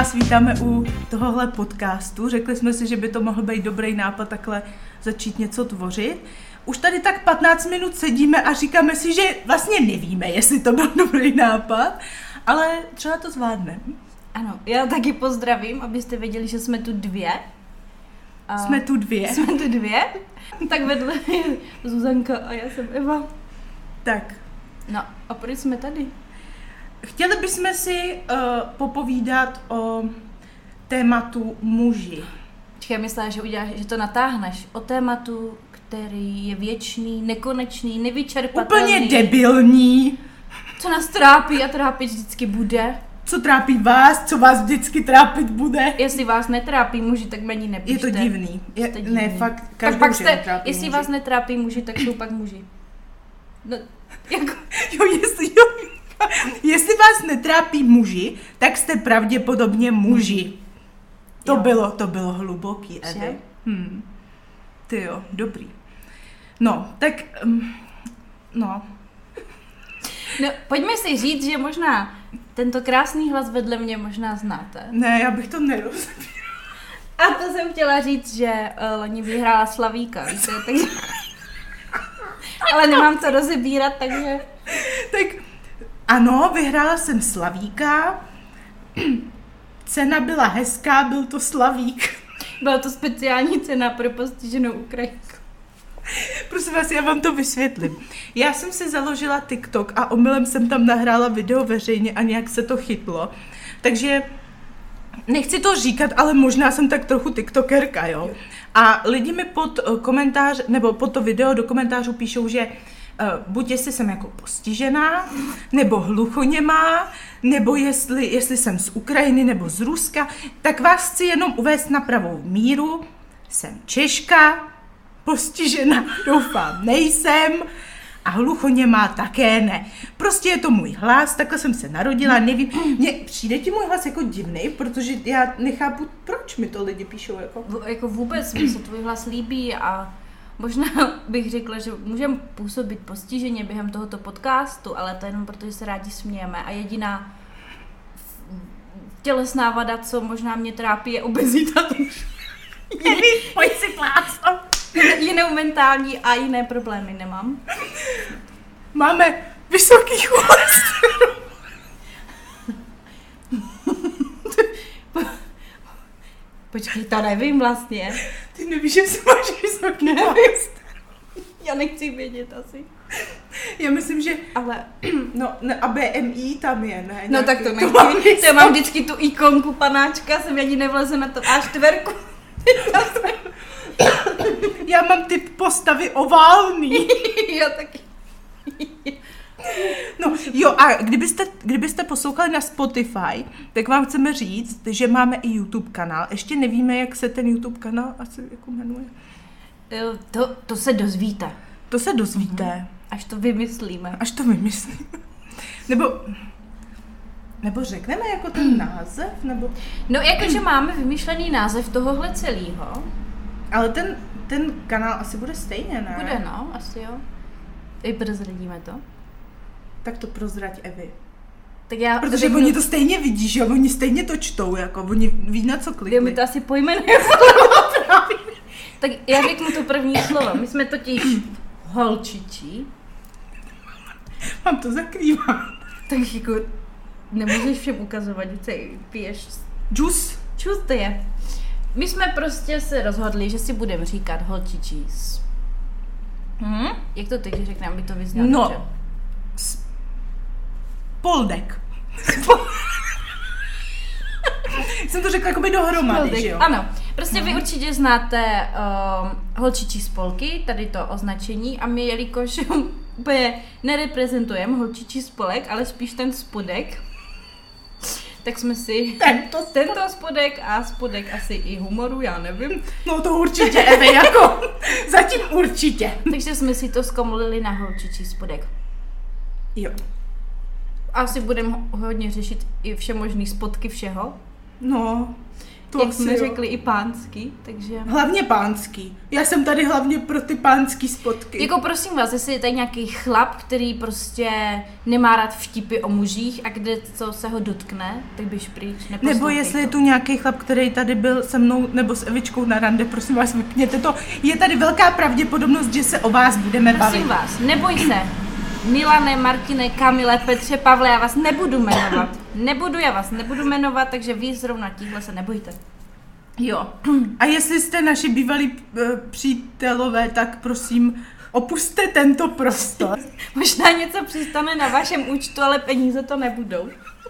vás vítáme u tohohle podcastu. Řekli jsme si, že by to mohl být dobrý nápad takhle začít něco tvořit. Už tady tak 15 minut sedíme a říkáme si, že vlastně nevíme, jestli to byl dobrý nápad, ale třeba to zvládneme. Ano, já taky pozdravím, abyste věděli, že jsme tu dvě. Jsme tu dvě. Tak vedle je Zuzanka a já jsem Eva. Tak. No a proč jsme tady? Chtěli bychom si popovídat o tématu muži. Já myslela, že to natáhneš. O tématu, který je věčný, nekonečný, nevyčerpatelný. Úplně debilní. Co nás trápí a trápit vždycky bude. Co trápí vás, co vás vždycky trápit bude. Jestli vás netrápí muži, tak mě nepište. Je to divný. Ne, fakt, každou pak ženu trápí jestli muži. vás netrápí muži, tak jsou pak muži. No, jako... Jestli vás netrápí muži, tak jste pravděpodobně muži. To bylo hluboký, Evi. Ty jo, dobrý. No, tak, no. No, pojďme si říct, že možná tento krásný hlas vedle mě možná znáte. Ne, já bych to nerozebírala. A to jsem chtěla říct, že loni vyhrála Slavíka, víte, takže... Ale nemám co rozebírat, takže... Tak ano, vyhrála jsem Slavíka. Cena byla hezká, byl to Slavík. Byla to speciální cena pro postiženou Ukrajinku. Prosím vás, já vám to vysvětlím. Já jsem si založila TikTok a omylem jsem tam nahrála video veřejně a nějak se to chytlo. Takže nechci to říkat, ale možná jsem tak trochu tiktokerka, jo. A lidi mi pod komentář, nebo pod to video do komentářů píšou, že buď jestli jsem jako postižená, nebo hluchoněmá, nebo jestli jsem z Ukrajiny nebo z Ruska, tak vás chci jenom uvést na pravou míru. Jsem Češka, postižená doufám nejsem a hluchoněmá také ne. Prostě je to můj hlas, takhle jsem se narodila, nevím. Přijde ti můj hlas jako divnej, protože já nechápu, proč mi to lidi píšou. Jako vůbec mi se tvůj hlas líbí a možná bych řekla, že můžeme působit postiženě během tohoto podcastu, ale to jenom protože se rádi smějeme a jediná tělesná vada, co možná mě trápí, je obezita. Pojď si plácnout. Jinou mentální a jiné problémy nemám. Máme vysoký cholesterol. Počkej, to nevím vlastně. Ty nevíš, že si máš vysoký cholesterol. Já nechci vědět asi. Já myslím, že... Ale... No, a BMI tam je, ne? No tak to nechci. Já mám vždycky tu ikonku panáčka, jsem ani nevlezu na to A4. Já mám typ postavy oválný. Já taky. No jo, a kdybyste poslouchali na Spotify, tak vám chceme říct, že máme i YouTube kanál. Ještě nevíme, jak se ten YouTube kanál asi jako jmenuje. To se dozvíte. To se dozvíte. Až to vymyslíme. Nebo řekneme jako ten název, nebo... No jakože máme vymyšlený název tohohle celého. Ale ten kanál asi bude stejně, ne? Bude, no, asi jo. I prozradíme to. Tak to prozrať, Evi. Tak já protože oni to stejně vidí, že oni stejně to čtou, jako oni ví, na co klikli. Jo, my to asi pojmenujeme. Tak já řeknu to první slovo. My jsme totiž holčičí. Mám to zakrývat. Takže jako nemůžeš všem ukazovat, že se piješ. Džus to je. My jsme prostě se rozhodli, že si budeme říkat holčičís. Jak to teď řekneme, aby to vyznělo? No, Spoldek. Jsem to řekla jakoby dohromady, že jo? Ano, prostě vy určitě znáte holčičí spolky, tady to označení a my, jelikož úplně nereprezentujeme holčičí spolek, ale spíš ten spodek, tak jsme si tento spodek a spodek asi i humoru, já nevím. No to určitě, Eve, jako zatím určitě. Takže jsme si to zkomolili na holčičí spodek. Jo. Asi budeme hodně řešit i všemožný spodky všeho. No, jak jsme řekli i pánský, takže... Hlavně pánský. Já jsem tady hlavně pro ty pánský spotky. Jako prosím vás, jestli je tady nějaký chlap, který prostě nemá rád vtipy o mužích a kde co se ho dotkne, tak běž pryč, nebo jestli je tu nějaký chlap, který tady byl se mnou nebo s Evičkou na rande, prosím vás, vypněte to. Je tady velká pravděpodobnost, že se o vás budeme bavit. Prosím vás, neboj se. Milane, Martine, Kamile, Petře, Pavle, já vás nebudu jmenovat. Já vás nebudu jmenovat, takže vy zrovna tíhle se nebojte. Jo. A jestli jste naši bývalí přítelové, tak prosím, opuste tento prostor. Možná něco přistane na vašem účtu, ale peníze to nebudou.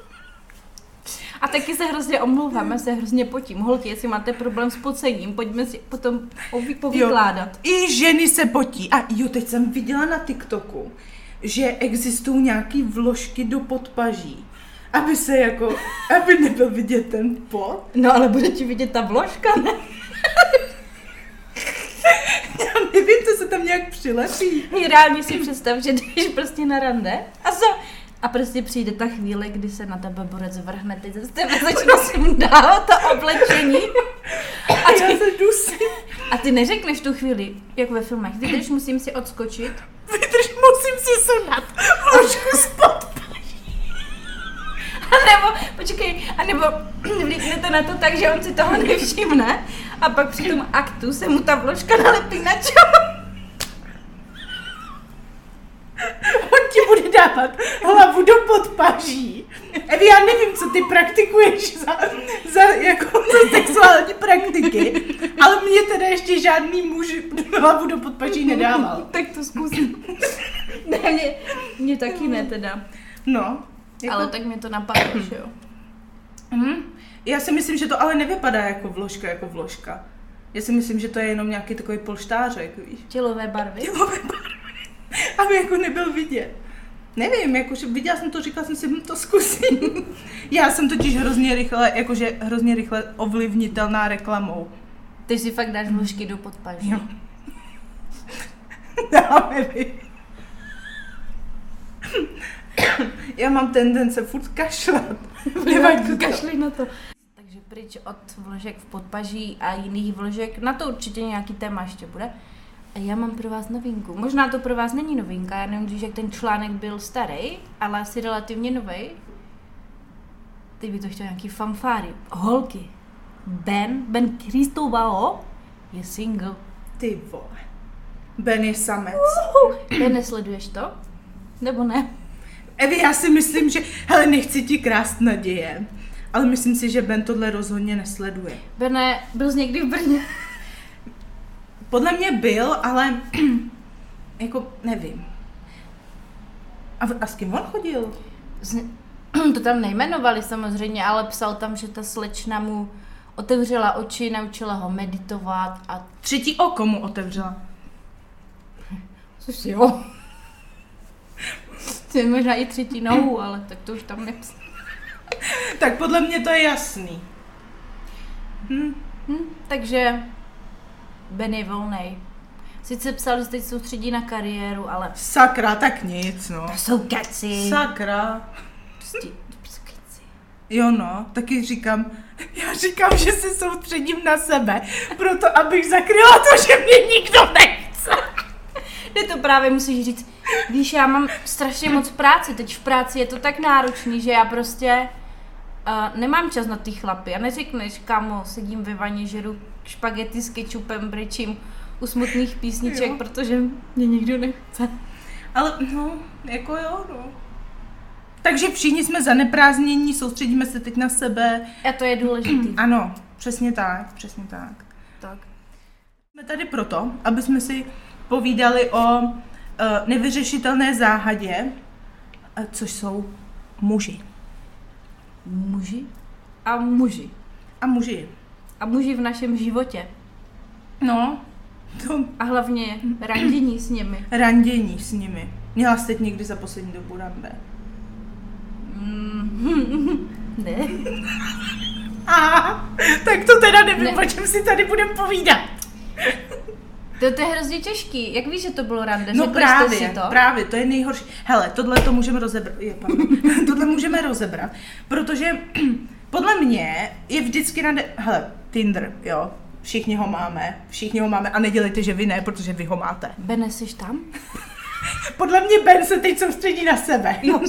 A taky se hrozně omlouváme, se hrozně potím. Holky, jestli máte problém s pocením, pojďme si potom povykládat. Jo. I ženy se potí. A jo, teď jsem viděla na TikToku, že existují nějaký vložky do podpaží, aby se jako, aby nebyl vidět ten pot. No ale bude ti vidět ta vložka, ne? Já nevím, to se tam nějak přilepí. Reálně si představ, že jdeš prostě na rande a prostě přijde ta chvíle, kdy se na tebe borec vrhne, ty z tebe začne sundávat to oblečení. A já se dusím. A ty neřekneš tu chvíli, jak ve filmech, vydrž, musím si odskočit. Vydrž, musím si sundat vložku z podpaží. A nebo vlíknete na to tak, že on si toho nevšimne a pak při tom aktu se mu ta vložka nalepí na čelo. On ti bude dávat hlavu do podpaží. Evi, já nevím, co ty praktikuješ za sexuální praktiky, ale mě teda ještě žádný muž hlavu do podpaží nedával. Tak to zkusím. Ne, mě taky ne teda. No. Jako... Ale tak mě to napadlo, že jo. Já si myslím, že to ale nevypadá jako vložka. Já si myslím, že to je jenom nějaký takový polštářek, víš. Tělové barvy. Aby jako nebyl vidět. Nevím, jakože viděla jsem to, říkala jsem si, to zkusím. Já jsem totiž hrozně rychle ovlivnitelná reklamou. Ty si fakt dáš vložky do podpaží. Jo. Já nevím. Já mám tendence furt kašlat. Nevadí, kašli na to. Takže pryč od vložek v podpaží a jiných vložek, na to určitě nějaký téma ještě bude. A já mám pro vás novinku. Možná to pro vás není novinka, já nevím, jak ten článek byl starý, ale asi relativně novej. Teď by to chtěl nějaký fanfáry. Holky. Ben Cristobal je single. Ty vole. Ben je samec. Ben, nesleduješ to? Nebo ne? Evi, já si myslím, že... Hele, nechci ti krást naděje, ale myslím si, že Ben tohle rozhodně nesleduje. Bene, byl jsi někdy v Brně? Podle mě byl, ale jako nevím. A s kým on chodil? To tam nejmenovali samozřejmě, ale psal tam, že ta slečna mu otevřela oči, naučila ho meditovat a... Třetí oko mu otevřela. Což jo. To je možná i třetí nohu, ale tak to už tam nepsal. Tak podle mě to je jasný. Takže Ben je volnej. Sice psal, že teď soustředí na kariéru, ale... Sakra, tak nic, no. To jsou keci. Sakra. Prostě keci. Jo no, taky říkám, že se soustředím na sebe, proto abych zakryla to, že mě nikdo nechce. Ty to právě musíš říct, víš, já mám strašně moc práce, teď v práci je to tak náročný, že já prostě nemám čas na ty chlapy a neřekneš, kámo, sedím ve vaně, žeru špagety s kečupem, brečím u smutných písniček, jo. Protože mě nikdo nechce. Ale no, jako jo, no. Takže všichni jsme zaneprázdnění, soustředíme se teď na sebe. A to je důležitý. Ano, přesně tak. Tak. Jsme tady proto, aby jsme si povídali o nevyřešitelné záhadě, což jsou muži. Muži? A muži. A muži. A muži v našem životě. No. To... A hlavně randění s nimi. Randění s nimi. Měla jsi teď někdy za poslední dobu rande? Ne. Tak to teda nevím, o čem si tady budeme povídat. To je hrozně těžký. Jak víš, že to bylo rande? No právě, to je nejhorší. Hele, tohle můžeme rozebrat, protože podle mě je vždycky rande, hele, Tinder, jo, všichni ho máme a nedělejte, že vy ne, protože vy ho máte. Bene, jsi tam? Podle mě Ben se teď soustředí na sebe. Jo.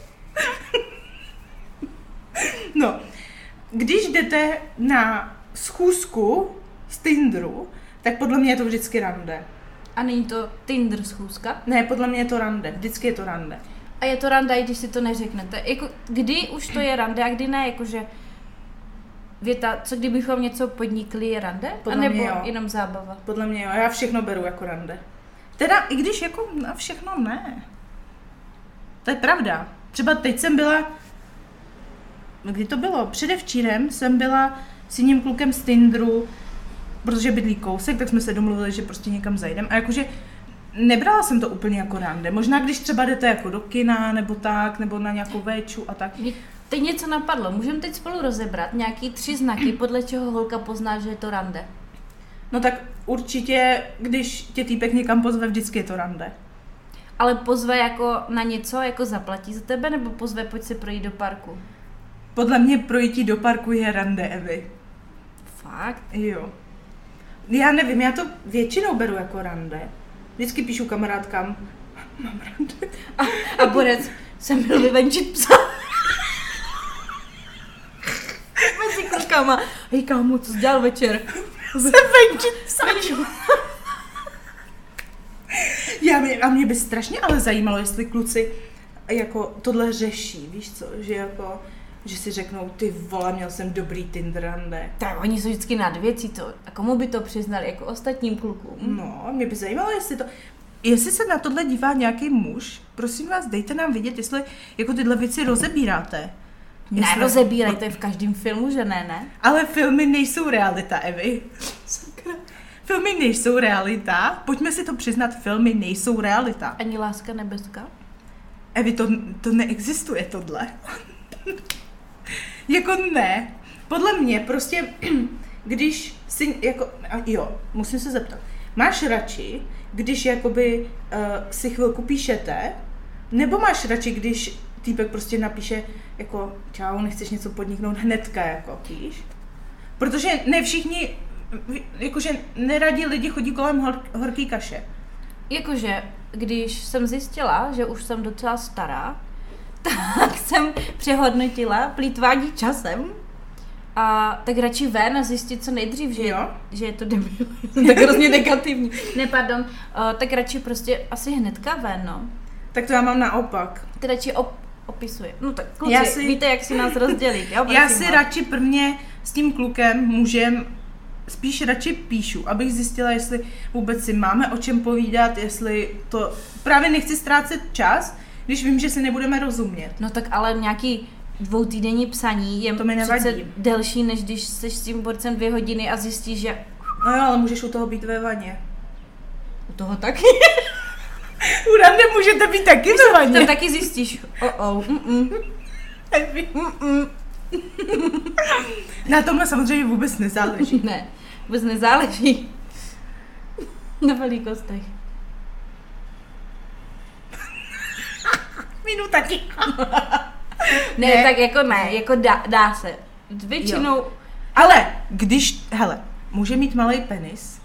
No, když jdete na schůzku z Tinderu, tak podle mě je to vždycky rande. A není to Tinder schůzka? Ne, podle mě je to rande, vždycky je to rande. A je to rande, i když si to neřeknete. Jako, kdy už to je rande a kdy ne, jakože věta, co kdybychom něco podnikli, je rande? Podle a nebo mě jo. jenom zábava? Podle mě jo, já všechno beru jako rande. Teda, i když jako na všechno ne. To je pravda. Třeba teď jsem byla, kdy to bylo? Předevčírem jsem byla s jiným klukem z Tinderu, protože bydlí kousek, tak jsme se domluvili, že prostě někam zajdem. A jakože nebrala jsem to úplně jako rande. Možná když třeba jdete jako do kina, nebo tak, nebo na nějakou véču a tak. Mě teď něco napadlo. Můžeme teď spolu rozebrat nějaký 3 znaky, podle čeho holka pozná, že je to rande. No tak určitě, když tě týpek někam pozve, vždycky je to rande. Ale pozve jako na něco, jako zaplatí za tebe, nebo pozve pojď se projít do parku? Podle mě projítí do parku je rande, Evy. Fakt? Jo. Já nevím, já to většinou beru jako rande. Vždycky píšu kamarádkám, mám rande. A Borec, jsem byl vyvenčit psa. Mezi klukama. Hej kámo, co jsi dělal večer? Jsem venčit psa. A mě by strašně ale zajímalo, jestli kluci jako tohle řeší, víš co, že si řeknou, ty vole, měl jsem dobrý Tinder rande. Tak oni jsou vždycky nad věcí, to, a komu by to přiznali, jako ostatním klukům? No, mě by zajímalo, jestli se na tohle dívá nějaký muž, prosím vás, dejte nám vědět, jestli jako tyhle věci rozebíráte. Nerozebírají, to je v každém filmu, že ne? Ale filmy nejsou realita, Evy. Sakra. Filmy nejsou realita, pojďme si to přiznat, filmy nejsou realita. Ani Láska nebeská? Evi, to neexistuje tohle. Jako ne. Podle mě prostě, když si, jako, jo, musím se zeptat. Máš radši, když jakoby si chvilku píšete, nebo máš radši, když týpek prostě napíše jako čau, nechceš něco podniknout hnedka, jako, víš? Protože ne všichni, jakože neradí lidi chodí kolem horký kaše. Jakože, když jsem zjistila, že už jsem docela stará, tak jsem přehodnotila plýtvání časem a tak radši ven a zjistit co nejdřív, že je to debil. Tak hrozně negativní. Ne, pardon, tak radši prostě asi hnedka ven, no. Tak to já mám naopak. Ty radši opisuje. No tak kluci, víte, jak si nás rozdělit, jo? Já si radši prvně s tím klukem, mužem, spíš radši píšu, abych zjistila, jestli vůbec si máme o čem povídat, jestli to... Právě nechci ztrácet čas, když vím, že si nebudeme rozumět. No tak ale nějaký 2týdenní psaní je přece delší, než když seš s tím borcem 2 hodiny a zjistíš, že... No jo, ale můžeš u toho být ve vaně. U toho taky? U rande můžete být taky ve vaně. Tam taky zjistíš. Na tomhle samozřejmě vůbec nezáleží. Ne, vůbec nezáleží. Na velikostech. Minuta ticha. Ne, tak jako ne, jako dá se. Většinou... Jo. Ale když, hele, může mít malej penis.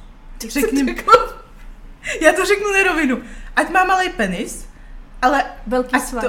Já to řeknu na rovinu. Ať má malej penis, ale velký sval.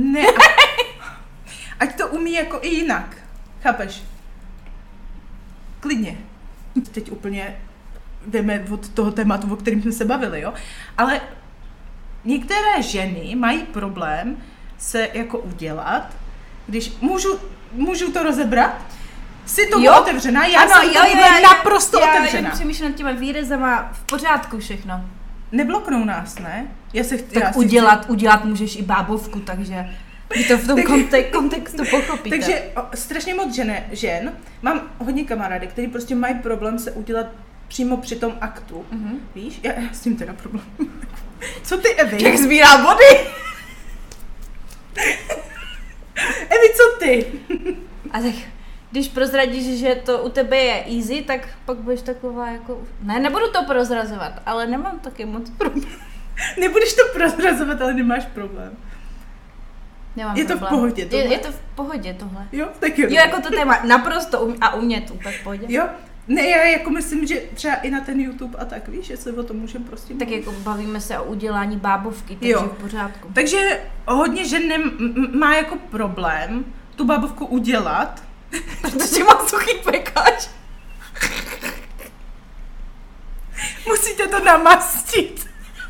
Ať to umí jako i jinak. Chápeš? Klidně. Teď úplně jdeme od toho tématu, o kterém jsme se bavili, jo? Ale některé ženy mají problém se jako udělat, když můžu to rozebrat? Jsi tomu otevřená? Já jsem naprosto otevřená. Já přemýšlím nad těma výrezama, v pořádku všechno. Nebloknou nás, ne? Tak udělat můžeš i bábovku, takže vy to v tom kontextu pochopíte. Takže strašně moc žen, mám hodně kamarádek, který prostě mají problém se udělat přímo při tom aktu, víš? Já s tím teda problém. Co ty, Evi? Jak sbírá body? Evi, co ty? A tak, když prozradíš, že to u tebe je easy, tak pak budeš taková jako... Ne, nebudu to prozrazovat, ale nemám taky moc problém. Nebudeš to prozrazovat, ale nemáš problém. Nemám Je to v problém. pohodě tohle? Je to v pohodě tohle. Jo, tak jo. Jo, jako to téma naprosto a umět úplně v pohodě. Jo, ne, já jako myslím, že třeba i na ten YouTube a tak, víš, jestli o tom můžeme prostě Tak mluvit. jako bavíme se o udělání bábovky, takže Jo. v pořádku. Takže hodně žen má jako problém tu bábovku udělat. Protože mám suchý pekáč. Musíte to namastit.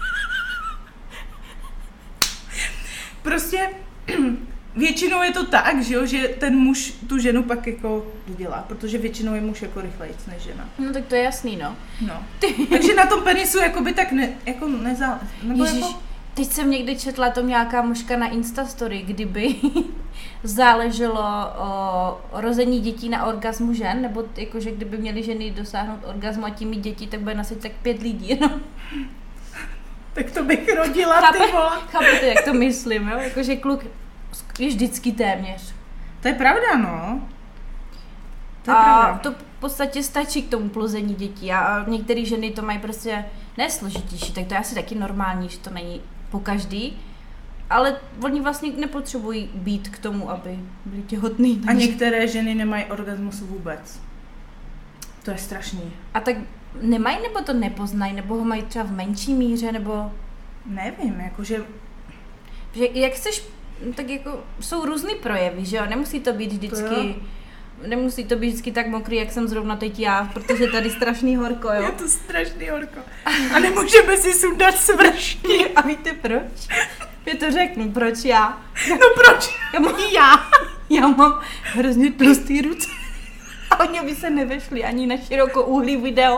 Prostě většinou je to tak, že jo, že ten muž tu ženu pak jako dodělá, protože většinou je muž jako rychlejc než žena. No tak to je jasný, no. No. Takže na tom penisu jakoby tak jako nezáleží. Ježíš, Jako, teď jsem někdy četla to nějaká mužka na Instastory, kdyby záleželo o rození dětí na orgasmu žen, nebo jakože kdyby měly ženy dosáhnout orgasmu a tím mít děti, tak bude nosit tak 5 lidí, no. tak to bych rodila, ty vole. Chápete, jak to myslím, jo? Jakože kluk je vždycky téměř. To je pravda, no. To je A pravda. to v podstatě stačí k tomu plození dětí a některé ženy to mají prostě nesložitější, tak to je asi taky normální, že to není po každý, ale oni vlastně nepotřebují být k tomu, aby byli těhotný. A některé ženy nemají orgasmus vůbec. To je strašný. A tak nemají, nebo to nepoznají, nebo ho mají třeba v menší míře, nebo... Nevím, jakože... Že jak chceš, tak jako jsou různý projevy, že jo, nemusí to být vždycky... Nemusí to být vždycky tak mokrý, jak jsem zrovna teď já, protože tady strašný horko, jo. Je to strašný horko. A nemůžeme si sundat svršky. A víte proč? Já to řeknu, proč já. No proč? Já mám hrozně tlustý ruce. A oni by se nevešli ani na širokouhlý video.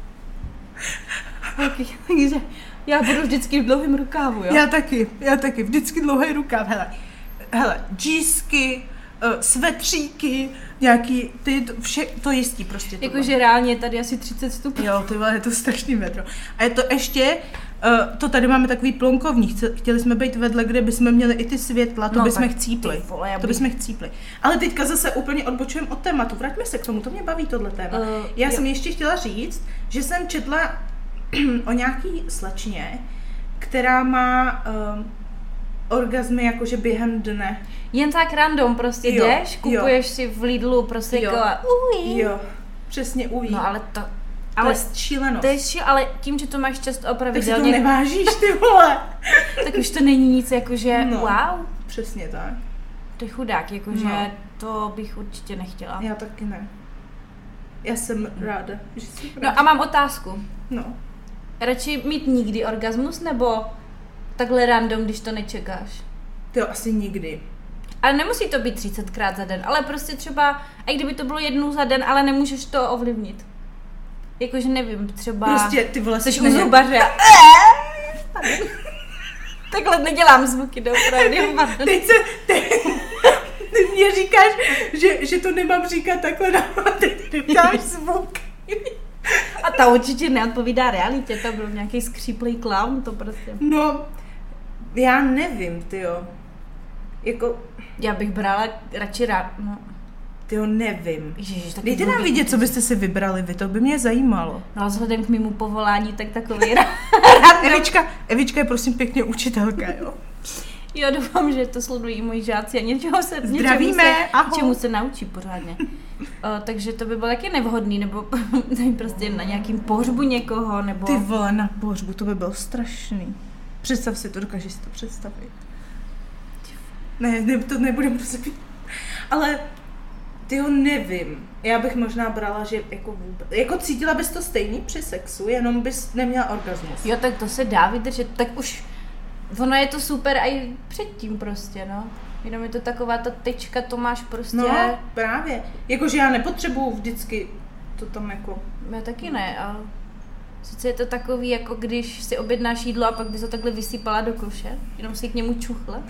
Takže já budu vždycky v dlouhém rukávu, jo. Já taky, vždycky dlouhý rukáv, hele, džísky, svetříky, nějaký, to jistí prostě. Jakože reálně je tady asi 30 stupňů. Jo, ty vole, je to strašný metro. A je to ještě, to tady máme takový plonkovník, chtěli jsme být vedle, kde bychom měli i ty světla, to bychom chcípli. To bychom chcípli. Ale teďka zase úplně odbočujeme od tématu, vraťme se k tomu, to mě baví tohle téma. Já jsem ještě chtěla říct, že jsem četla o nějaký slečně, která má orgazmy jakože během dne. Jen tak random prostě jdeš, kupuješ si v Lidlu prosecco a Jo, přesně ují. No ale to... Ale šílenost. Ale tím, že to máš často pravidelně... Tak si to nevážíš, ty vole. Tak už to není nic jakože wow. Přesně tak. To je chudák, jakože to bych určitě nechtěla. Já taky ne. Já jsem ráda, že jsi No a mám otázku. No. Radši mít nikdy orgasmus, nebo takhle random, když to nečekáš? To asi nikdy. Ale nemusí to být 30krát za den, ale prostě třeba, i kdyby to bylo jednou za den, ale nemůžeš to ovlivnit. Jakože nevím, třeba... Prostě ty vole jsi u zubaře a... Takhle nedělám zvuky doopravdy. Ty mě říkáš, že to nemám říkat takhle na ty děláš zvuk. A ta určitě neodpovídá realitě, to byl nějaký skříplý clown, to prostě. No, já nevím, tyjo. Jako... Já bych brala radši rád, no. Tyjo, nevím. Ježiš, dejte nám vidět, co byste si vybrali vy, to by mě zajímalo. No a vzhledem k mému povolání, tak takový Evička je prosím pěkně učitelka, jo. Jo, doufám, že to sledují moji žáci a Zdravíme, něčemu se naučí pořádně. Takže to by bylo taky nevhodný, nebo prostě na nějakým pohřbu někoho, nebo... Ty vole, na pohřbu, to by bylo strašný. Představ si to, dokážeš si to představit. Ne, to nebudem prostě... Ale tyjo, nevím. Já bych možná brala, že jako vůbec... Jako cítila bys to stejný při sexu, jenom bys neměla orgasmus. Jo, tak to se dá vydržet, tak už... Ono je to super i předtím prostě, no. Jenom je to taková ta tečka, to máš prostě... No, právě. Jakože já nepotřebuju vždycky to tam jako... Já taky ne, ale... Sice je to takový, jako když si objednáš jídlo a pak bys ho takhle vysypala do koše, jenom si k němu čuchla.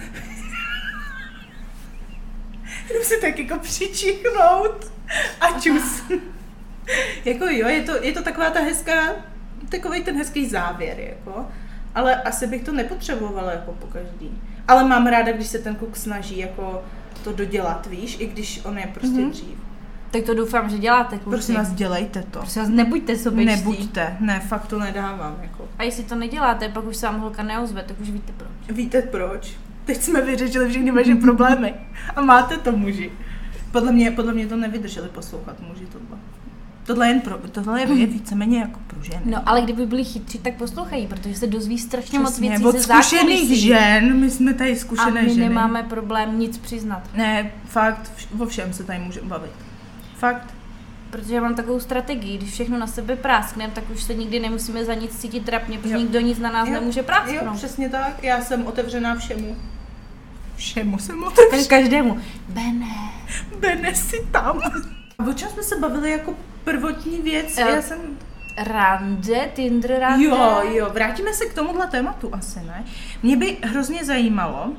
Jenom si tak jako přičichnout a čus. Jako jo, je to taková ta hezká, takovej ten hezký závěr, jako. Ale asi bych to nepotřebovala jako po každý. Ale mám ráda, když se ten kluk snaží jako to dodělat, víš, i když on je prostě dřív. Tak to doufám, že děláte, kluci. Prosím vás, dělejte to. Prosím vás, nebuďte sobečtí. Nebuďte, ne, fakt to nedávám, jako. A jestli to neděláte, pak už se vám holka neozve, tak už víte proč. Víte proč? teď jsme vyřešili všechny vaše problémy. A máte to, muži. Podle mě to nevydrželi poslouchat muži tohle. Tohle je víceméně jako pro ženy. No, ale kdyby byli chytří, tak poslouchají, protože se dozví strašně moc věcí od ze zkušených zákulisí. žen, my jsme tady zkušené ženy. A my nemáme problém nic přiznat. Ne, fakt, o všem se tady můžeme bavit. Fakt. Protože já mám takovou strategii, když všechno na sebe práskneme, tak už se nikdy nemusíme za nic cítit trapně, protože nikdo nic na nás nemůže prásknout. Jo, přesně tak, já jsem otevřená všemu. Všemu jsem otevřená. Každému. Bene si tam. A o čem jsme se bavili jako prvotní věc? Já jsem... Rande, Tinder rande. Jo, vrátíme se k tomuhle tématu asi, ne? Mě by hrozně zajímalo,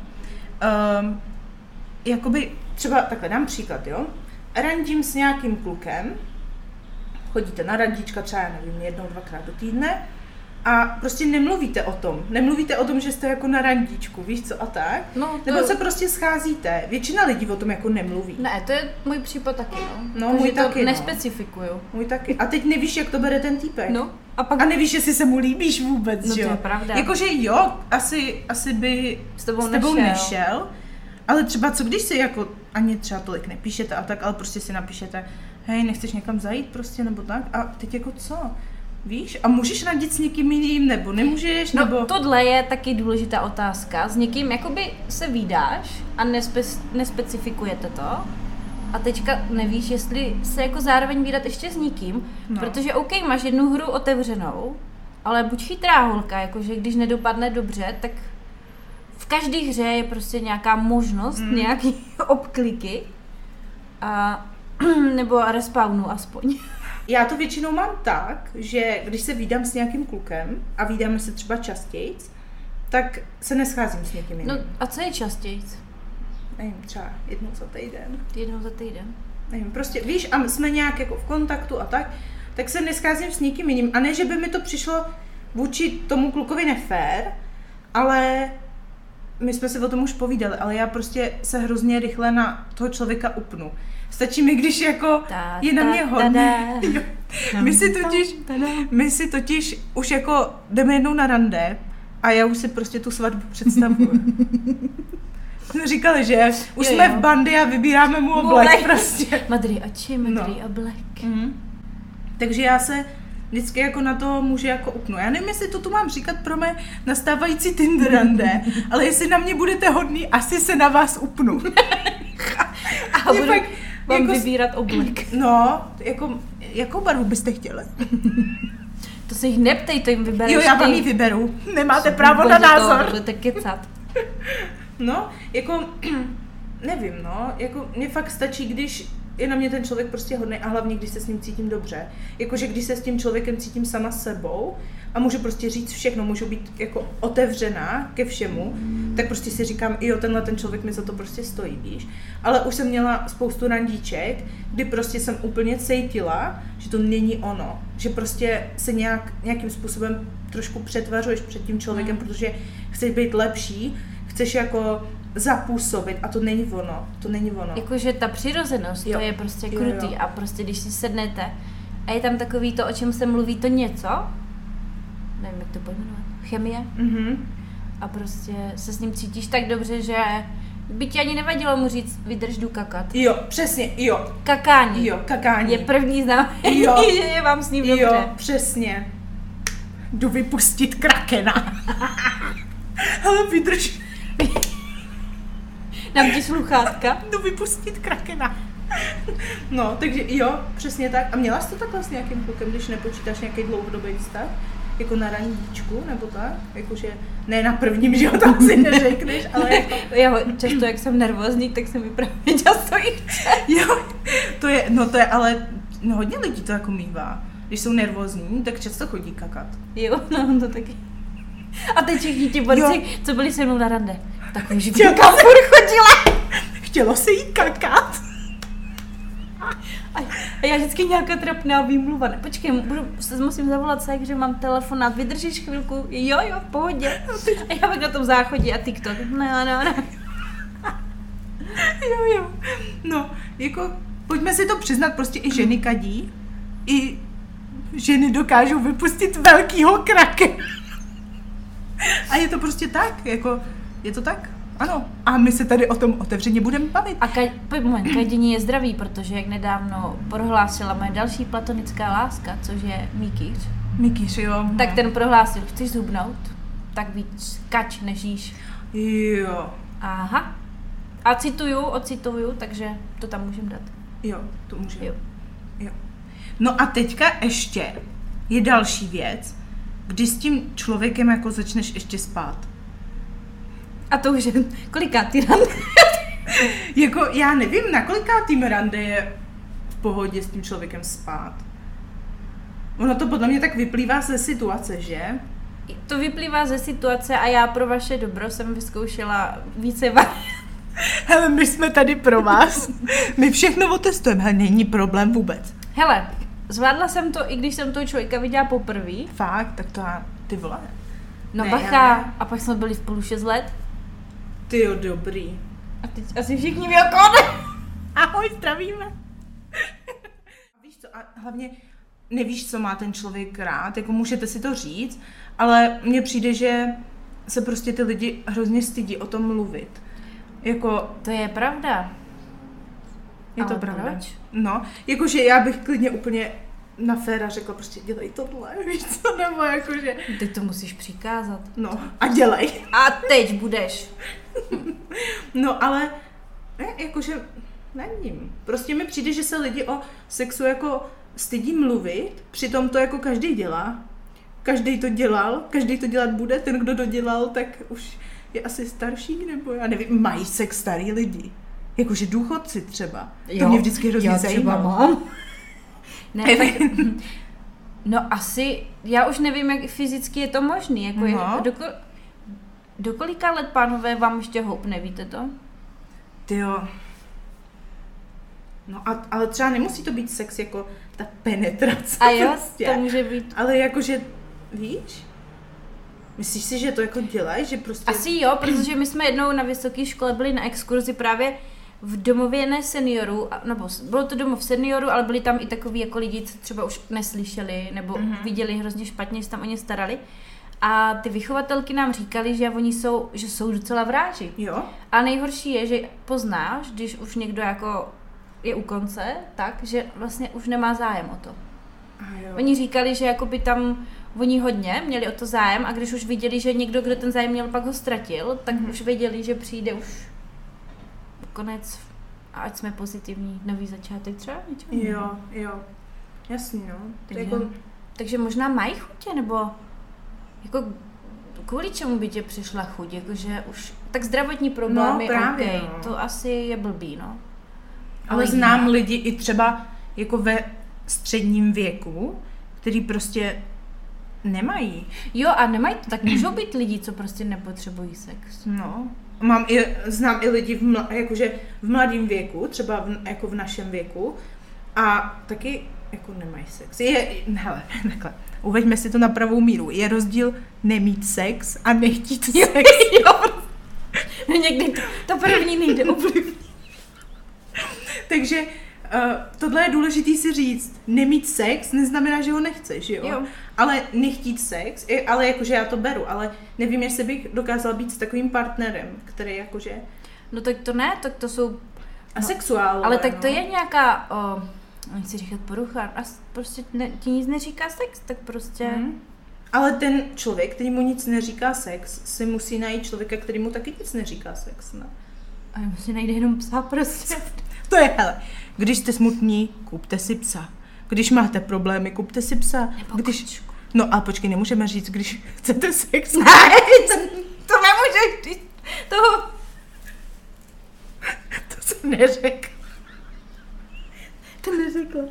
jakoby, třeba takhle dám příklad, jo? Randím s nějakým klukem, chodíte na randíčka třeba, nevím, 1-2 krát do týdne a prostě nemluvíte o tom, že jste jako na randíčku, víš co a tak? No, Nebo se prostě scházíte, většina lidí o tom jako nemluví. Ne, to je můj případ taky, no. No, můj taky, nespecifikuju. Můj taky. A teď nevíš, jak to bere ten týpek. No, a nevíš, jestli se mu líbíš vůbec, no, že jo? No to je pravda. Jakože jo, asi by s tebou nešel. Ale třeba co když si jako ani třeba tolik nepíšete a tak, ale prostě si napíšete, hej, nechceš někam zajít prostě nebo tak a teď jako co? Víš? A můžeš randit s někým jiným nebo nemůžeš? No nebo... tohle je taky důležitá otázka. S někým jakoby se vídáš a nespecifikujete to a teďka nevíš, jestli se jako zároveň vídat ještě s někým, protože OK, máš jednu hru otevřenou, ale buď chytrá holka, jakože když nedopadne dobře, tak v každé hře je prostě nějaká možnost, nějaký obkliky a nebo respawnu aspoň. Já to většinou mám tak, že když se vídám s nějakým klukem a vídáme se třeba častěji, tak se nescházím s někým jiným. No a co je častěji? Nevím, třeba jednou za týden. Jednou za týden? Nevím, prostě víš, a jsme nějak jako v kontaktu a tak se nescházím s někým jiným. A ne, že by mi to přišlo vůči tomu klukovi nefér, ale my jsme se o tom už povídali, ale já prostě se hrozně rychle na toho člověka upnu. Stačí mi, když jako je na mě hodně. My si totiž už jako jdeme jednou na rande a já už si prostě tu svatbu představuju. Jsme říkali, že už jsme v bandy a vybíráme mu oblek prostě. Madry oči, Madry oblek. Takže já se vždycky jako na to muže jako upnu. Já nevím, jestli to tu mám říkat pro mé nastávající Tinder rande, ale jestli na mě budete hodný, asi se na vás upnu. A budu vám vybírat oblek. No, jakou barvu byste chtěli? To se jich neptej, to jim vybereš. Jo, já vám ji vyberu. Nemáte právo na názor. Budete kecat. No, jako, nevím, no, jako mně fakt stačí, když je na mě ten člověk prostě hodný a hlavně, když se s ním cítím dobře. Jakože když se s tím člověkem cítím sama sebou a můžu prostě říct všechno, můžu být jako otevřená ke všemu, tak prostě si říkám, jo, ten člověk mi za to prostě stojí, víš. Ale už jsem měla spoustu randíček, kdy prostě jsem úplně cítila, že to není ono. Že prostě se nějakým způsobem trošku přetvařuješ před tím člověkem, protože chceš být lepší, chceš jako zapůsobit a to není ono. Jakože ta přirozenost, to je prostě krutý a prostě když si sednete a je tam takový to, o čem se mluví, to něco, nevím, jak to pojmenovat, chemie, a prostě se s ním cítíš tak dobře, že by ti ani nevadilo mu říct, vydrž, jdu kakat. Jo, přesně, jo. Kakání. Jo, kakání. Je první znamení, že je vám s ním dobře. Jo, přesně. Jdu vypustit krakena. Ale vydrž. Dám ti sluchátka. Jdu vypustit krakena. No, takže jo, přesně tak. A měla jsi to takhle s nějakým klukem, když nepočítáš nějaký dlouhodobý vztah? Jako na randíčku, nebo tak? Jakože ne na prvním, že ho tam si neřekneš, ale jako... Já často, jak jsem nervózní, tak se mi právě často i chce. Jo, to je, ale hodně lidí to jako mívá. Když jsou nervózní, tak často chodí kakat. Jo, no to taky. A teď všichni ti borci, co byli se mnou na rande, tak už kam chodila. Chtělo se jí kakat. A já vždycky nějaká trapná výmluva. Počkej, musím zavolat se, že mám telefonát, vydržíš chvilku? Jo, v pohodě. A já bych na tom záchodě a TikTok. No. Jo. No, jako, pojďme si to přiznat, prostě i ženy kadí. I ženy dokážou vypustit velkýho krake. A je to prostě tak, jako, je to tak. Ano. A my se tady o tom otevřeně budeme bavit. A kadění je zdravý, protože jak nedávno prohlásila moje další platonická láska, což je Mikýř. Mikýř, jo. Tak ten prohlásil, chceš zhubnout? Tak víc kač než jíš. Jo. Aha. A ocituju, takže to tam můžem dát. Jo, to můžeme. Jo. No a teďka ještě je další věc, kdy s tím člověkem jako začneš ještě spát. A to už je kolikátý rande? Jako já nevím, na kolikátým rande je v pohodě s tím člověkem spát. Ono to podle mě tak vyplývá ze situace, že? To vyplývá ze situace a já pro vaše dobro jsem vyzkoušela více variant. Hele, my jsme tady pro vás. My všechno otestujeme, hele, není problém vůbec. Hele, zvládla jsem to, i když jsem toho člověka viděla poprvé. Fakt, tak to ty vole. No ne, bacha, a pak jsme byli spolu 6 let. Tyjo, dobrý. A teď asi všichni ví, jak on. Ahoj, zdravíme. Víš co, a hlavně nevíš, co má ten člověk rád, jako můžete si to říct, ale mně přijde, že se prostě ty lidi hrozně stydí o tom mluvit. Jako... To je pravda. Je to ale pravda? Proč? No, jakože já bych klidně úplně na féra řekla prostě dělej tohle, víš co, nebo jakože... Teď to musíš přikázat. No, a dělej. A teď budeš. No, ale ne, jakože nevím. Prostě mi přijde, že se lidi o sexu jako stydí mluvit, přitom to jako každý dělá. Každý to dělal, každý to dělat bude, ten, kdo to dělal, tak už je asi starší, nebo já nevím, mají sex starý lidi. Jakože důchodci třeba. To mě vždycky hrozně zajímalo. Mám. Ne, tak, no asi, já už nevím, jak fyzicky je to možný. Jako no. Do kolika let, pánové, vám ještě houpne, víte to? Tyjo. No ale třeba nemusí to být sex jako ta penetrace. A jo, prostě. to může být. Ale jakože, víš? Myslíš si, že to jako dělají, že prostě... Asi jo, protože my jsme jednou na vysoké škole byli na exkurzi právě v domově ne seniorů, nebo bylo to domov seniorů, ale byli tam i takový jako lidi, co třeba už neslyšeli, nebo viděli hrozně špatně, že se tam o ně starali. A ty vychovatelky nám říkali, že oni jsou docela vráži. Jo. A nejhorší je, že poznáš, když už někdo jako je u konce, tak, že vlastně už nemá zájem o to. Oni říkali, že jakoby tam oni hodně měli o to zájem a když už viděli, že někdo, kdo ten zájem měl, pak ho ztratil, tak už věděli, že přijde už konec a ať jsme pozitivní, nový začátek třeba něčeho. Jo, jasný, no. Takže možná mají chutě, nebo jako kvůli čemu by tě přišla chuť, jakože už tak zdravotní problémy, no, právě, okay, no. To asi je blbý, no. Ale znám lidi i třeba jako ve středním věku, který prostě nemají. Jo, a nemají to, tak můžou být lidi, co prostě nepotřebují sex. No. Znám i lidi jakože v mladém věku, třeba jako v našem věku, a taky jako nemají sex. Hele, takhle, uveďme si to na pravou míru. Je rozdíl nemít sex a nechtít sex. Jo, někdy to první nejde ovlivnit. Takže tohle je důležitý si říct. Nemít sex neznamená, že ho nechceš, jo? Ale nechtít sex, ale jakože já to beru, ale nevím, jestli bych dokázala být s takovým partnerem, který jakože... No tak to ne, tak to jsou... Asexuálové, ale tak to je nějaká, nechci říkat porucha, a prostě ti nic neříká sex, tak prostě... Ale ten člověk, který mu nic neříká sex, si musí najít člověka, který mu taky nic neříká sex, ne? A musí najít jenom psa prostě. To je, hele, když jste smutní, kupte si psa. Když máte problémy, kupte si psa. Nebo kočku. No a počkej, nemůžeme říct, když chcete sex. Ne, to nemůžeš říct. To jsem neřekla. To neřekla.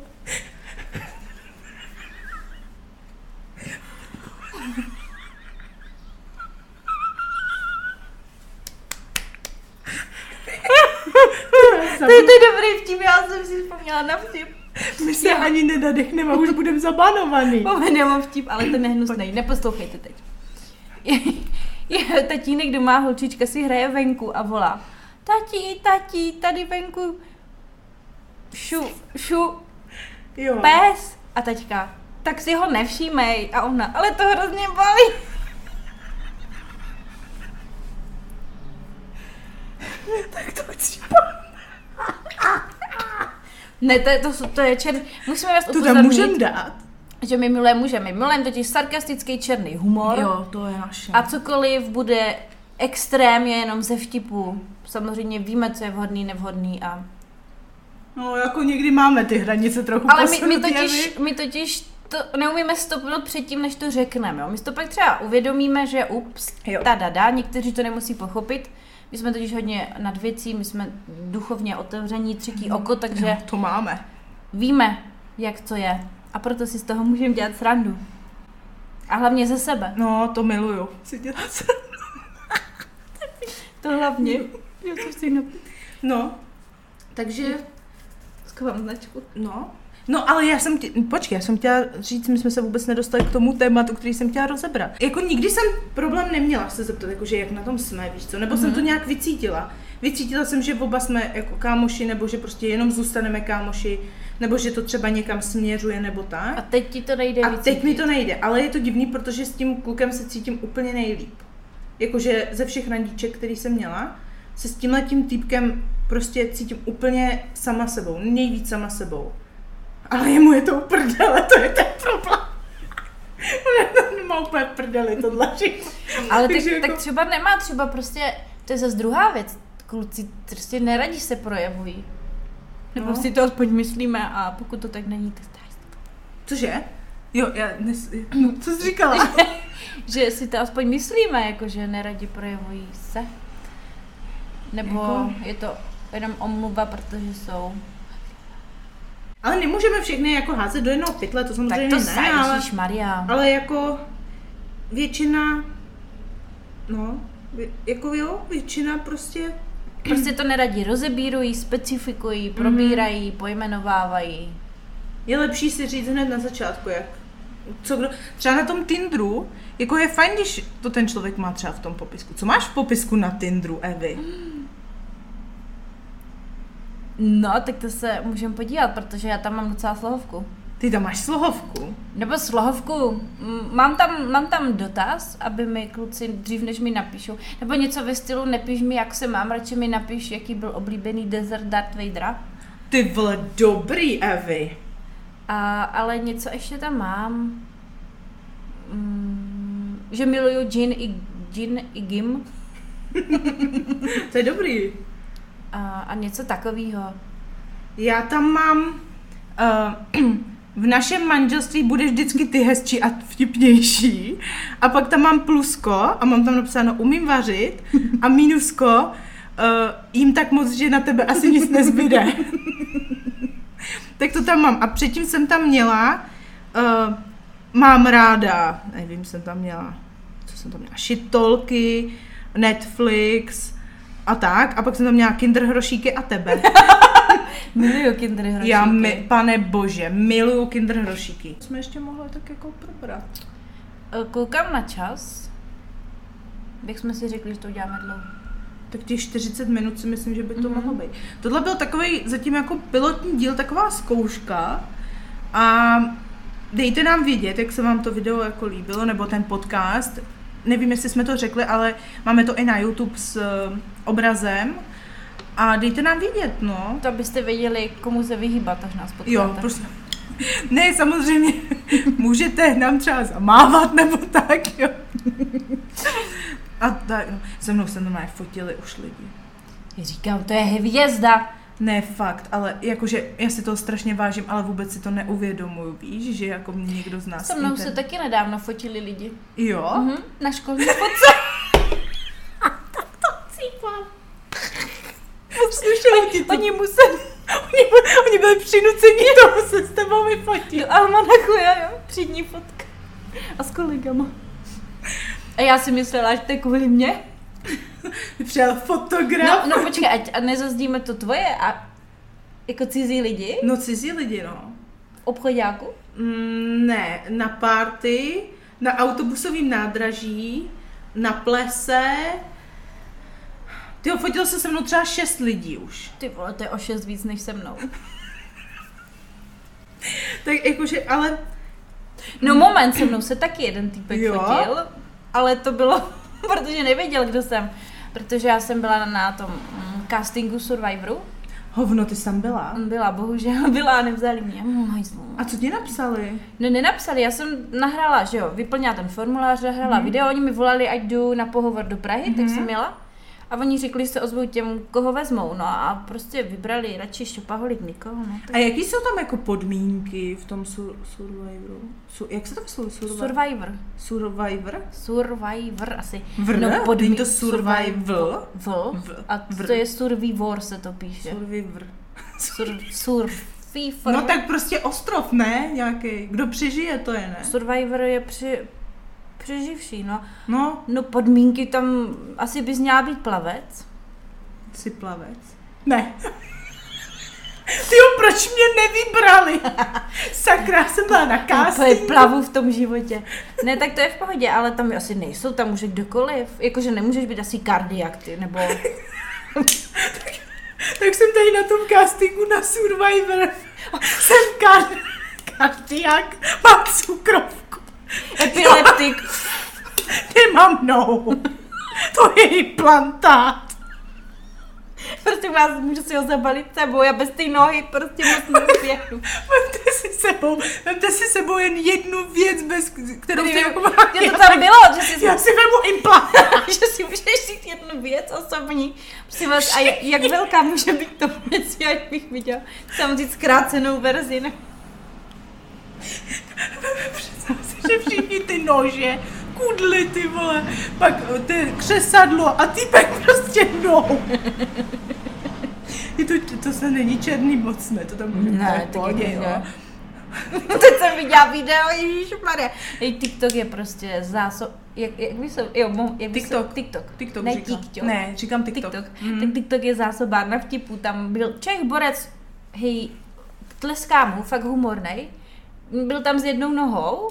To je dobrý vtip, já jsem si vzpomněla na vtip. My se ani nenadechneme a už budeme zabanovaný. Moment, já mám vtip, ale ten nehnusnej, neposlouchejte teď. Je tatínek doma, holčička si hraje venku a volá: Tati, tady venku šu, jo. Pes. A taťka: tak si ho nevšímej. A ona: ale to hrozně bolí. tak to chci. Ne, to je černý. Musíme vás To tam můžeme dát. Že my milujeme. Milujeme totiž sarkastický černý humor. Jo, to je naše. A cokoliv bude extrém je jenom ze vtipu. Samozřejmě víme, co je vhodný, nevhodný a... No, jako někdy máme ty hranice trochu ale posunutý. my totiž to neumíme stopnout předtím, než to řekneme. Jo? My si to pak třeba uvědomíme, že ups, někteří to nemusí pochopit. My jsme totiž hodně nad věcí, my jsme duchovně otevření, třetí oko, takže... No, to máme. Víme, jak to je. A proto si z toho můžeme dělat srandu. A hlavně ze sebe. No, to miluju. Si dělat srandu. To hlavně. Jo, to chci No, takže... Schovám značku. No, ale já jsem chtěla říct, my jsme se vůbec nedostali k tomu tématu, který jsem chtěla rozebrat. Jako nikdy jsem problém neměla se zeptat, jakože jak na tom jsme, víš co, nebo jsem to nějak vycítila. Vycítila jsem, že oba jsme jako kámoši, nebo že prostě jenom zůstaneme kámoši, nebo že to třeba někam směřuje, nebo tak. A teď ti to nejde vycítit. Teď mi to nejde, ale je to divný, protože s tím klukem se cítím úplně nejlíp. Jakože ze všech randíček, který jsem měla, se s tímhletím týpkem prostě cítím úplně sama sebou, nejvíc sama sebou. Ale jemu je to uprdele, to je ten problém. On má úplně prdeli tohle všechno. Ale tak třeba nemá, třeba prostě, to je zase druhá věc. Kluci prostě neradí se projevují. Nebo si to aspoň myslíme a pokud to tak není, tak stále. Cože? Jo, co jsi říkala? Že si to aspoň myslíme, jako že neradi projevují se. Nebo jako... je to jenom omluva, protože jsou... Ale nemůžeme všechny jako házet do jednoho pytle, to samozřejmě tak to ne, ale jako většina, většina prostě... Prostě to neradí, rozebírují, specifikují, probírají, pojmenovávají. Je lepší si říct hned na začátku, jak třeba na tom Tinderu, jako je fajn, když to ten člověk má třeba v tom popisku. Co máš v popisku na Tinderu, Evi? No, tak to se můžeme podívat, protože já tam mám docela slohovku. Ty tam máš slohovku? Nebo slohovku. Mám tam dotaz, aby mi kluci dřív, než mi napíšou. Nebo něco ve stylu, nepíš mi, jak se mám, radši mi napiš, jaký byl oblíbený dezert Darth Vadera. Ty vole, dobrý, Evi. Ale něco ještě tam mám. Že miluju gin i gim. To je dobrý. A něco takového. Já tam mám... v našem manželství budeš vždycky ty hezčí a vtipnější. A pak tam mám plusko a mám tam napsáno umím vařit a mínusko jím tak moc, že na tebe asi nic nezbyde. Tak to tam mám. A předtím jsem tam měla mám ráda, nevím, co jsem tam měla, šitolky, Netflix a tak. A pak jsem tam měla Kinder hrošíky a tebe. Miluju Kinder hrošíky. Pane bože, miluju Kinder hrošíky. Jsme ještě mohli tak jako probrat. Koukám na čas. Jak jsme si řekli, že to uděláme dlouho. Tak těch 40 minut si myslím, že by to mohlo být. Tohle byl takový zatím jako pilotní díl, taková zkouška. A dejte nám vědět, jak se vám to video jako líbilo, nebo ten podcast. Nevím, jestli jsme to řekli, ale máme to i na YouTube s obrazem. A dejte nám vědět, no. To abyste věděli, komu se vyhýbat, až nás potkáte. Jo, prostě. Ne, samozřejmě, můžete nám třeba zamávat, nebo tak, jo. A tak, no, se mnou se normálně fotili už lidi. Já říkám, to je hvězda. Ne, fakt, ale jakože já si toho strašně vážím, ale vůbec si to neuvědomuju, víš, že jako mě někdo z nás... Se mnou se taky nedávno fotili lidi. Jo? Na školní fotce. Tak to cípám. Slušeli ti to. Oni byli přinuceni toho se s tebou vyfotit. Do almanachu, jo, třídní fotka. A s kolegama. A já si myslela, že to je kvůli mě. Přijel fotograf. No počkej, a nezazdíme to tvoje a jako cizí lidi? No cizí lidi, no. V obchoďáku? Ne, na party, na autobusovém nádraží, na plese. Tyjo, fotilo se mnou třeba 6 lidí už. Ty vole, to je o 6 víc než se mnou. Tak jakože, ale... No moment, se mnou se taky jeden týpek fotil, ale to bylo, protože nevěděl, kdo jsem. protože já jsem byla na tom castingu Survivoru. Hovno, ty jsi tam byla? Byla, bohužel byla a nevzali mě. A co ti napsali? No nenapsali, já jsem nahrála, že jo, vyplnila ten formulář, nahrála video, oni mi volali, ať jdu na pohovor do Prahy, tak jsem jela. A oni řekli, že se ozvou těm, koho vezmou, no a prostě vybrali radši šopaholik nikoho, no. Tak... A jaký jsou tam jako podmínky v tom Survivoru? Jak se to vyslovuje? Survivor asi. No, není to Survival? A to je Survivor se to píše. Survivor. No tak prostě ostrov, ne? Nějaký. Kdo přežije, to je, ne? Survivor je přeživší, no. No podmínky tam, asi bys měla být plavec. Jsi plavec? Ne. Tyjo, proč mě nevybrali? Sakra, jsem byla na castingu. Plavu v tom životě. Ne, tak to je v pohodě, ale tam asi nejsou, tam může kdokoliv. Jakože nemůžeš být asi kardiak, ty, nebo... tak jsem tady na tom castingu na Survivor. Jsem kardiak, mám cukrovku. Epileptik. Nemám nohu. To je implantát. Prosím vás, můžu si ho zabalit sebou, já bez té nohy prostě moc neběhnu. Vemte si sebou jen jednu věc, bez kterou si jako... to tam bylo, že si... Já si vemu implantát. že si můžeš říct jednu věc osobní. Prosím vás, a jak velká může být to věc, jak bych viděla. Tam říct zkrácenou verzi, ne? Představ si, že všichni ty nože, kudly, ty vole, pak ty křesadlo a týpek prostě nohou. To se není černý moc, ne? To tam může ne, v pohodě, jo. Teď jsem viděla video, ježišmarja. TikTok je prostě zásob... Jak by se... Jo, TikTok ne, říkám. TikTok. Ne, říkám TikTok. Tak TikTok je zásobárna vtipů. Tam byl Čech borec, hej, tleská mu, fakt humornej. Byl tam s jednou nohou,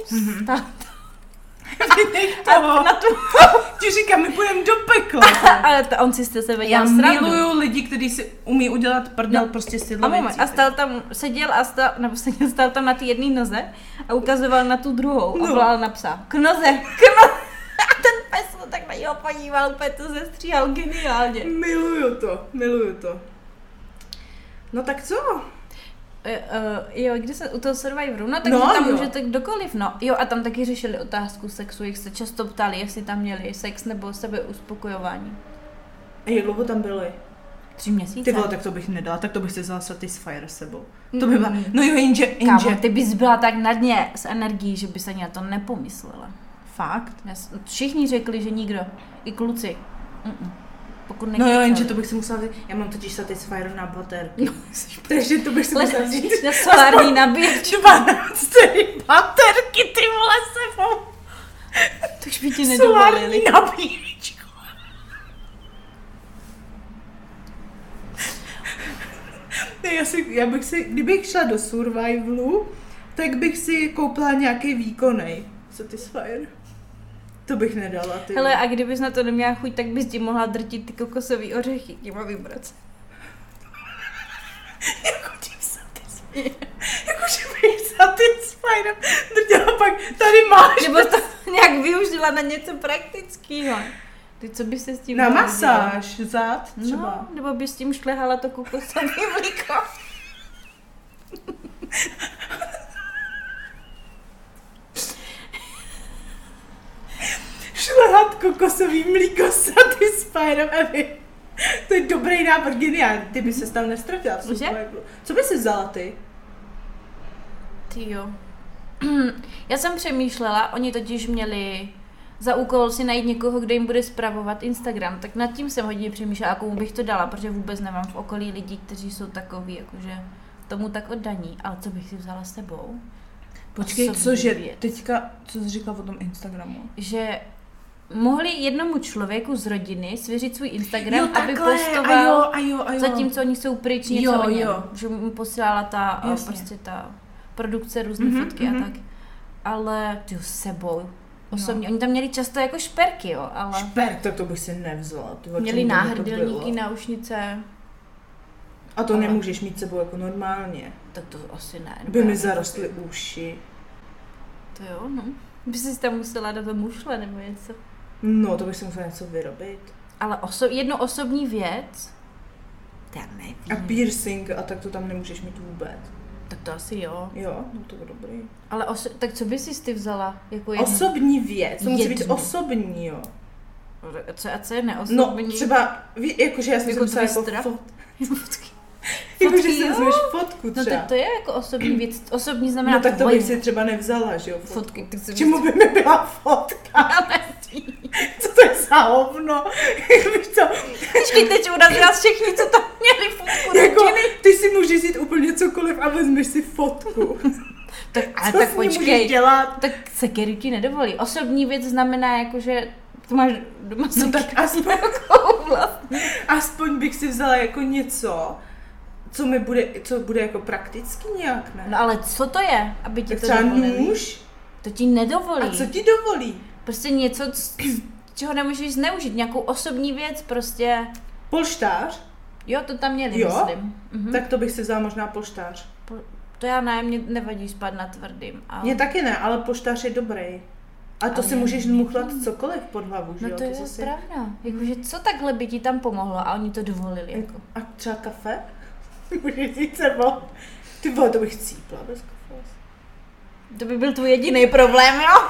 a na tu... Ti říkám, my půjdeme do pekla. Ale to on si z sebe dělal srandu. Já miluju lidi, kteří si umí udělat prdel prostě s těchto věcí. A stál tam, stál tam na té jedné noze a ukazoval na tu druhou a volal na psa. K noze. A ten pes tak na něho podíval, úplně to zestříhal geniálně. Miluju to. No tak co? Jo, když se u toho Survivoru, no takže tam můžete kdokoliv, no. Jo, a tam taky řešili otázku sexu, jak se často ptali, jestli tam měli sex nebo sebeuspokojování. A jak dlouho tam byli? 3 měsíce. Ty vole, tak to bych nedala, tak to bych si vzala Satisfyer s sebou. To by byla, no jo, jenže. Kámo, ty bys byla tak na dně s energií, že by se ani na to nepomyslela. Fakt? Všichni řekli, že nikdo, i kluci. No jo, jenže to bych si musela vzít, já mám totiž Satisfyer na baterky. No, takže to bych si musela vzít. Na solární nabíječ. 12 baterky, ty vole, sebou. To už by ti nedovolili. Solární nabíječku. Já bych si, kdybych šla do Survivalu, tak bych si koupila nějaký výkonnej Satisfyer. To bych nedala, ty. Hele, a kdybys na to neměla chuť, tak bys ti mohla drtit ty kokosový ořechy, těma vybrat. Jako tím Satisfyer. Jakože bych Satisfyer drtila pak, tady máš. Nebo to nějak využila na něco praktického. Ty co bys se s tím na masáž, zad třeba. No, nebo bys s tím šlehala to kokosový mlíko. Šlehat kokosový mlíko Satisfyerem, to je dobrý nápad, geniální. Ty by ses tam nestratila. Co by si vzala ty? Ty jo. Já jsem přemýšlela, oni totiž měli za úkol si najít někoho, kdo jim bude spravovat Instagram, tak nad tím jsem hodně přemýšlela, komu bych to dala, protože vůbec nemám v okolí lidí, kteří jsou takový, jakože tomu tak oddaní, ale co bych si vzala s sebou? Počkej, cože, teďka, co jsi říkala o tom Instagramu? Že mohli jednomu člověku z rodiny svěřit svůj Instagram, aby postoval, a jo. zatímco oni jsou pryč něco o něm, že mu posílala ta, prostě ta produkce různé fotky a tak. Ale ty s sebou, osobně, oni tam měli často jako šperky, jo, ale... Šperk, tak to bych si nevzala. Měli náhrdelníky, náušnice. A to nemůžeš mít sebou jako normálně. Tak to asi ne. By mi zarostly uši. To jo, no. By si tam musela dát do mušle nebo něco. No, to bych si musela něco vyrobit. Ale jednu osobní věc, já nevím. A piercing, a tak to tam nemůžeš mít vůbec. Tak to asi jo. Jo, no to je dobrý. Ale tak co bys si ty vzala? Jako jednu? Osobní věc, to musí být Jednu. osobní, jo. Co je neosobní? No, třeba, jakože já jsem Jako se myslela tvůj jako strach? jakože Fotky, si jo. vezmeš fotku No třeba. tak to je jako osobní věc. Osobní znamená No tak to tvoje. bych si třeba nevzala, že jo, fotku. Fotky, ty si K čemu by mi byla fotka? Co to je za hovno? Víš co? Počkej, teď urazila všichni, co tam měli fotku Jako, rodiny. ty si můžeš jít úplně cokoliv a vezmeš si fotku. Tak, ale Co tak s ní můžeš počkej, dělat? tak security nedovolí. Osobní věc znamená jako, že to máš doma No tak aspoň, vlastně. aspoň bych si vzala jako něco, co bude jako prakticky nějak, ne? No ale co to je, aby ti Tak to třeba dovolili? nůž? To ti nedovolí. A co ti dovolí? Prostě něco, čeho nemůžeš zneužít, nějakou osobní věc, prostě. Polštář? Jo, to tam měli, Jo? myslím. Mhm. Tak to bych si vzala možná polštář. To já ne, mě nevadí spát na tvrdým. Ale... Mně taky ne, ale polštář je dobrý. A to Ale si můžeš muchlat cokoliv pod hlavu, že No jo? to je zase... pravda. Jakože co takhle by ti tam pomohlo a oni to dovolili jako. A třeba kafe? Můžeš jít sebou. Ty vole, to bych cípla bez kafe. To by byl tvůj jediný problém, jo?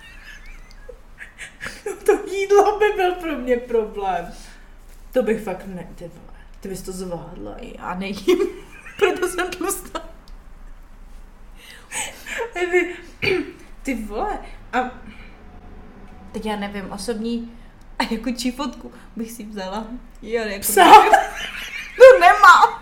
No to jídlo by byl pro mě problém. To bych fakt ne, ty vole. Ty bys to zvládla. Já nejím, proto jsem tlustá. Ty vole. A Tak já nevím, osobní a jako čí fotku bych si vzala. Jo, jako psa. to nemám.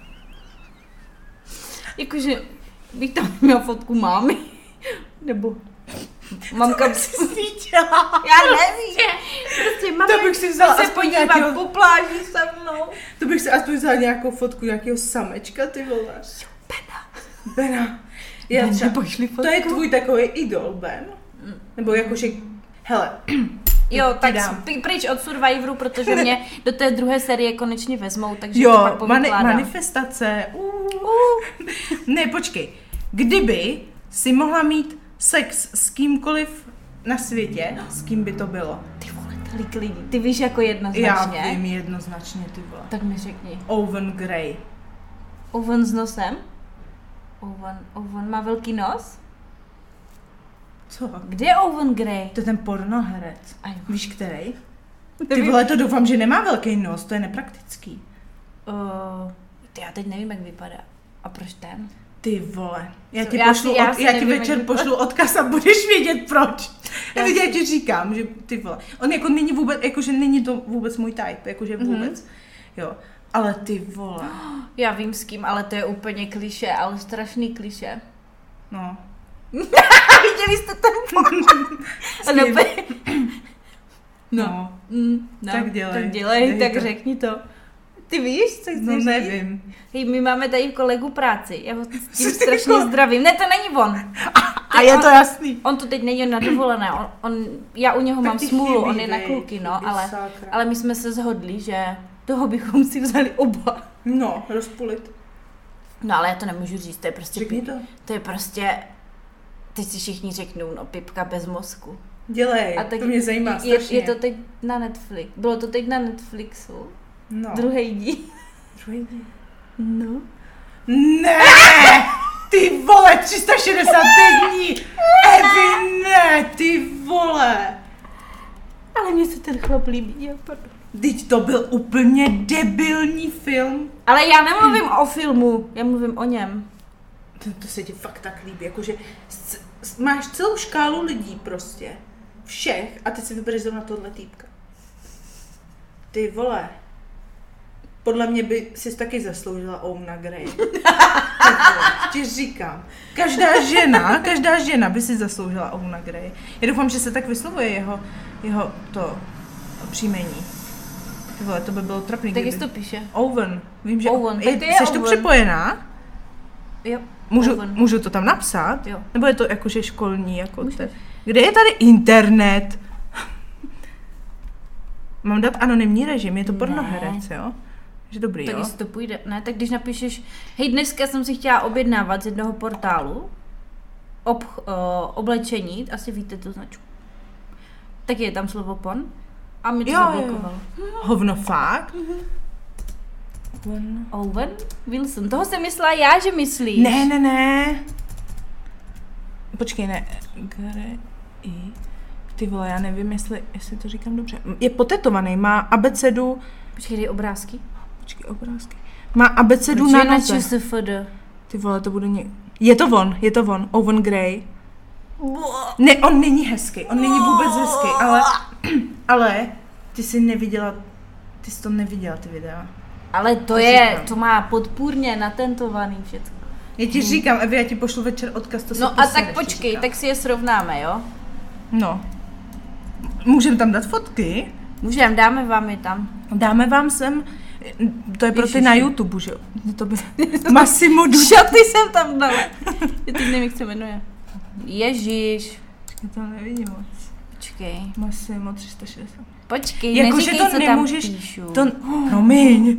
Jakože bych tam měla fotku mámy. Nebo mamka. Si dělá. Já nevím. Prostě mamka To bych si vzala se aspoň podívat nějakýho- po pláži se mnou. To bych si aspoň vzala nějakou fotku nějakého samečka, ty vole. Bena. Já Ben, třeba, pošli fotku. to je tvůj takový idol, Ben? Nebo jakože, hele, Jo, ti tak dám. pryč od Survivoru, protože mě do té druhé série konečně vezmou, takže to pak Jo, povykládám. manifestace. Ne, počkej. Kdyby si mohla mít sex s kýmkoliv na světě, s kým by to bylo? Ty vole, tolik lidí. Ty víš jako Já jednoznačně. vím jednoznačně, ty vole. Tak mi řekni. Owen Gray. Owen s nosem? Owen má velký nos? Co? Kde je Owen Gray? To je ten pornoherec. Aj, Víš, který? Ty nevím. vole, to doufám, že nemá velký nos, to je nepraktický. Já teď nevím, jak vypadá. A proč ten? Ty vole, já Co, ti, já si já ti nevím, večer jak pošlu odkaz a budeš vědět proč. Já Já ti říkám, že ty vole, on jako není vůbec, jakože není to vůbec můj type, jakože vůbec, jo. Ale ty vole, Já vím s kým, ale to je úplně klišé, ale strašný klišé. no. Viděli jste ten S kým? No. No, Tak dělej. Tak dělej, Dej tak to. řekni to. Ty víš, co chci No říct? nevím. Hej, my máme tady kolegu práci, já ho s tím Co ty strašně jako- zdravím. Ne, to není on. A je to jasný. On tu teď není na dovolené, já u něho Tak mám ty smůlu, chybí, on je na vej, kluky, no, chybí, ale, sakra. ale my jsme se shodli, že toho bychom si vzali oba. No, rozpulit. No ale já to nemůžu říct, to je prostě, Řekni to. to je prostě, teď si všichni řeknou, no pipka bez mozku. Dělej, to mě zajímá strašně. je to teď na Netflix, bylo to teď na Netflixu, no. druhý díl. Druhý díl. No. Ne! Ty vole, 365 dní! Evi, ne, ty vole! Ale mně se ten chlap líbí, jo, pardon. Teď to byl úplně debilní film. Ale já nemluvím o filmu, já mluvím o něm. To se ti fakt tak líbí, jakože máš celou škálu lidí prostě. Všech a ty si vybereš zrovna tohle týpka. Ty vole. Podle mě by si taky zasloužila Owena Gray. Ti říkám. Každá žena by si zasloužila Owena Gray. Já doufám, že se tak vyslovuje jeho to příjmení. Ty vole, to by bylo trapný. Tak jestli to píše. Owen. Vím, že Owen, tak to je Jseš tu Owen. připojená? Jo. Owen. Můžu to tam napsat? Jo. Nebo je to jakože školní? Jako Můžeš. Kde je tady internet? Mám dát anonymní režim, je to Ne. pornoherec, jo? Že dobrý, Tak jo? jestli to půjde, ne, tak když napíšeš, hej, dneska jsem si chtěla objednávat z jednoho portálu oblečení, asi víte tu značku, tak je tam slovo porn A mi to zablokovalo. Hovno, fakt? Owen Wilson. Toho jsem myslela já, že myslíš. Ne. Počkej, ne. Gary. Ty vole, já nevím, jestli to říkám dobře. Je potetovaný, má abecedu. Počkej, dej obrázky. Obrázky. Má abecedu na noze. ČSFD? Ty vole, to bude Je to on. Owen Gray. Ne, on není hezký. On není vůbec hezký, ale ty jsi to neviděla, ty videa. Ale to má podpůrně natentovaný všechno. Já ti říkám, Evi, já ti pošlu večer odkaz, to No a tak počkej, tak si je srovnáme, jo? No. Můžeme tam dát fotky? Můžeme, dáme vám je tam. Dáme vám sem, to je pro ty na YouTube, že jo? To by... Massimo Dutti. Šaty jsem tam dala. Já teď nevím, jak se jmenuje. Ježíš. Já to nevidím moc. Počkej. Massimo 360. Počkej, jako, neříkej, že to co nemůžeš, tam píšu. Promiň.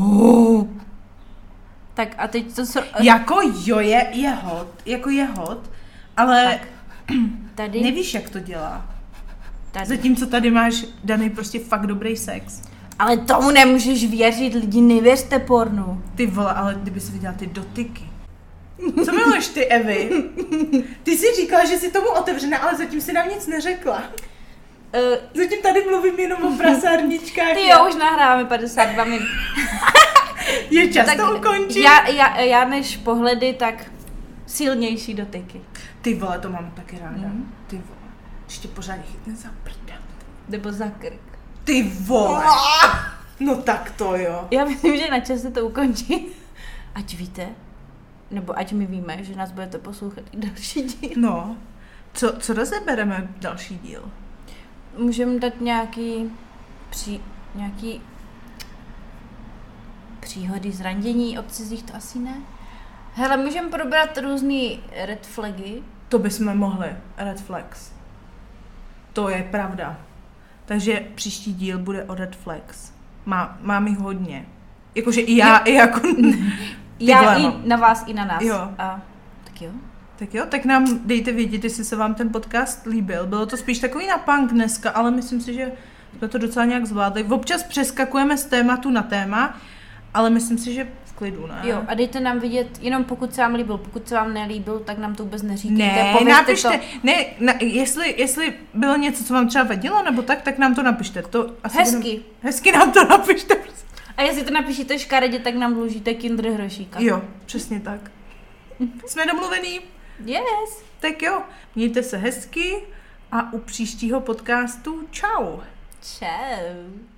Tak a teď to... Jako jo, je hot, ale tady? Nevíš, jak to dělá. Tady. Zatímco tady máš daný prostě fakt dobrý sex. Ale tomu nemůžeš věřit, lidi, nevěřte pornu. Ty vole, ale kdyby si viděla ty dotyky. Co miluješ ty, Evi? Ty jsi říkala, že jsi tomu otevřená, ale zatím si nám nic neřekla. Zatím tady mluvím jenom o prasárničkách. Ty jo, už nahráváme 52 minut. Je čas to ukončit? Já než pohledy, tak silnější dotyky. Ty vole, to mám taky ráda. Ty vole, ještě pořádně chytne za prda. Nebo za krk. Ty vole. No tak to jo. Já myslím, že na čase to ukončí. Ať víte, nebo ať my víme, že nás budete poslouchat i další díl. No, co rozebereme další díl? Můžeme dát nějaký příhody, zranění od cizích, to asi ne. Hele, můžeme probrat různý red flagy. To bychom mohli, red flags. To je pravda. Takže příští díl bude o red flags. Mám jich hodně. Jakože i já, i jako... Já i na vás, i na nás. Jo. Tak jo, tak nám dejte vědět, jestli se vám ten podcast líbil. Bylo to spíš takový na punk dneska, ale myslím si, že jsme to docela nějak zvládli. Občas přeskakujeme z tématu na téma, ale myslím si, že v klidu, ne? Jo, a dejte nám vědět, jenom pokud se vám líbil, pokud se vám nelíbil, tak nám to vůbec neříkejte. Ne, napište, jestli bylo něco, co vám třeba vadilo, nebo tak nám to napište. To asi hezky nám to napište. A jestli to napíšete škaredě, tak nám dlužíte Kinder hrošíka. Jo, přesně tak. Jsme domluvený? Yes. Tak jo, mějte se hezky a u příštího podcastu čau. Čau.